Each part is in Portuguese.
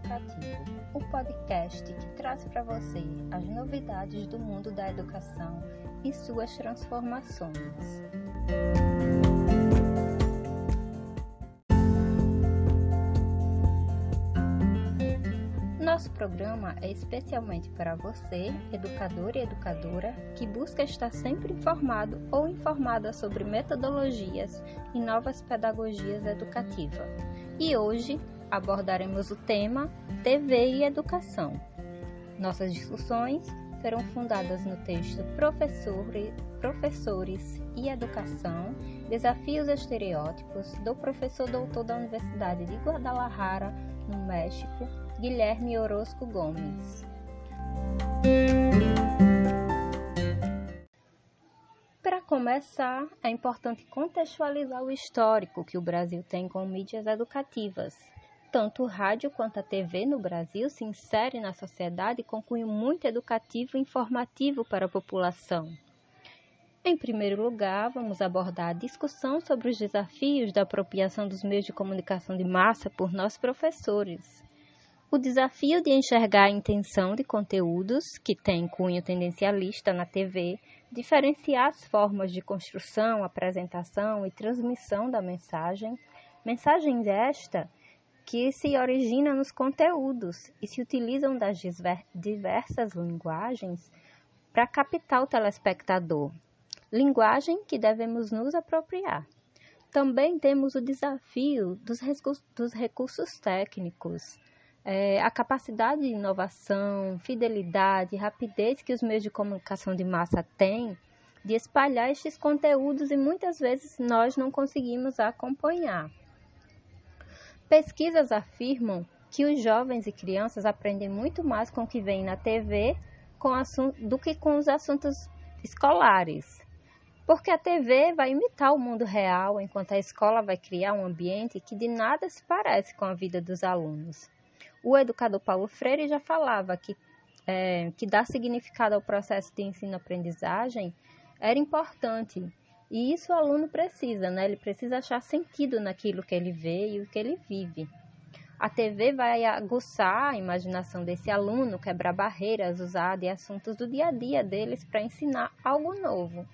Educativo, o podcast que traz para você as novidades do mundo da educação e suas transformações. Nosso programa é especialmente para você, educador e educadora, que busca estar sempre informado ou informada sobre metodologias e novas pedagogias educativas. E hoje abordaremos o tema TV e Educação. Nossas discussões serão fundadas no texto Professores e Educação, Desafios e Estereótipos, do professor doutor da Universidade de Guadalajara, no México, Guilherme Orozco Gomes. Para começar, é importante contextualizar o histórico que o Brasil tem com mídias educativas. Tanto o rádio quanto a TV no Brasil se inserem na sociedade com cunho muito educativo e informativo para a população. Em primeiro lugar, vamos abordar a discussão sobre os desafios da apropriação dos meios de comunicação de massa por nós professores. O desafio de enxergar a intenção de conteúdos, que tem cunho tendencialista na TV, diferenciar as formas de construção, apresentação e transmissão da mensagem esta que se originam nos conteúdos e se utilizam das diversas linguagens para captar o telespectador, linguagem que devemos nos apropriar. Também temos o desafio dos recursos técnicos, a capacidade de inovação, fidelidade, rapidez que os meios de comunicação de massa têm de espalhar estes conteúdos e muitas vezes nós não conseguimos acompanhar. Pesquisas afirmam que os jovens e crianças aprendem muito mais com o que vem na TV do que com os assuntos escolares. Porque a TV vai imitar o mundo real, enquanto a escola vai criar um ambiente que de nada se parece com a vida dos alunos. O educador Paulo Freire já falava que dar significado ao processo de ensino-aprendizagem era importante. E isso o aluno precisa, né? Ele precisa achar sentido naquilo que ele vê e o que ele vive. A TV vai aguçar a imaginação desse aluno, quebrar barreiras, usar de assuntos do dia a dia deles para ensinar algo novo.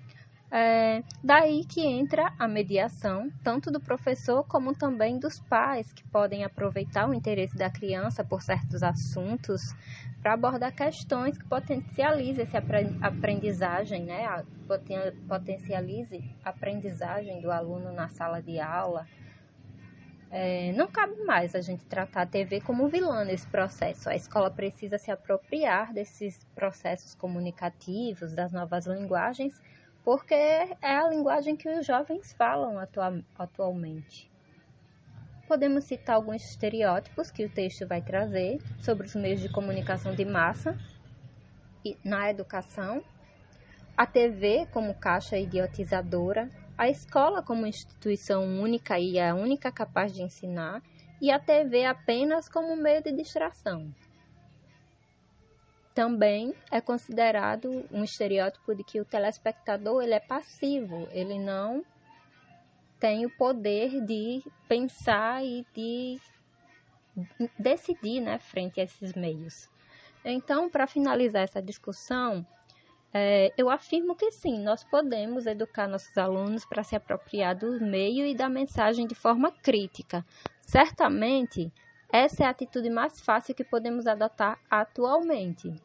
Daí que entra a mediação, tanto do professor como também dos pais, que podem aproveitar o interesse da criança por certos assuntos para abordar questões que potencializem essa aprendizagem, né? Potencialize a aprendizagem do aluno na sala de aula. Não cabe mais a gente tratar a TV como vilã nesse processo. A escola precisa se apropriar desses processos comunicativos, das novas linguagens, porque é a linguagem que os jovens falam atualmente. Podemos citar alguns estereótipos que o texto vai trazer sobre os meios de comunicação de massa na educação, a TV como caixa idiotizadora, a escola como instituição única e a única capaz de ensinar, e a TV apenas como meio de distração. Também é considerado um estereótipo de que o telespectador ele é passivo, ele não tem o poder de pensar e de decidir, né, frente a esses meios. Então, para finalizar essa discussão, eu afirmo que sim, nós podemos educar nossos alunos para se apropriar do meio e da mensagem de forma crítica. Certamente, essa é a atitude mais fácil que podemos adotar atualmente.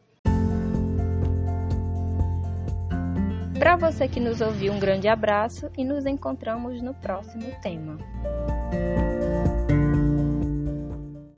Para você que nos ouviu, um grande abraço e nos encontramos no próximo tema.